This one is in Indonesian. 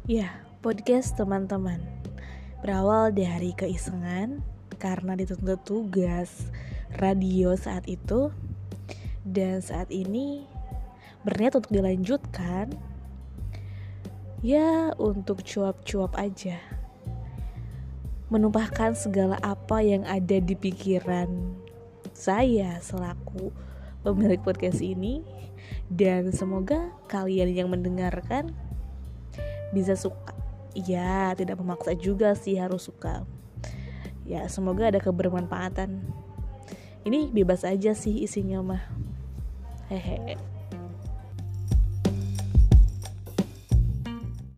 Ya, podcast teman-teman berawal dari keisengan karena dituntut tugas radio saat itu, dan saat ini berniat untuk dilanjutkan. Ya, untuk cuap-cuap aja, menumpahkan segala apa yang ada di pikiran saya selaku pemilik podcast ini. Dan semoga kalian yang mendengarkan bisa suka. Ya, tidak memaksa juga sih harus suka. Ya, semoga ada kebermanfaatan. Ini bebas aja sih isinya mah. Hehe.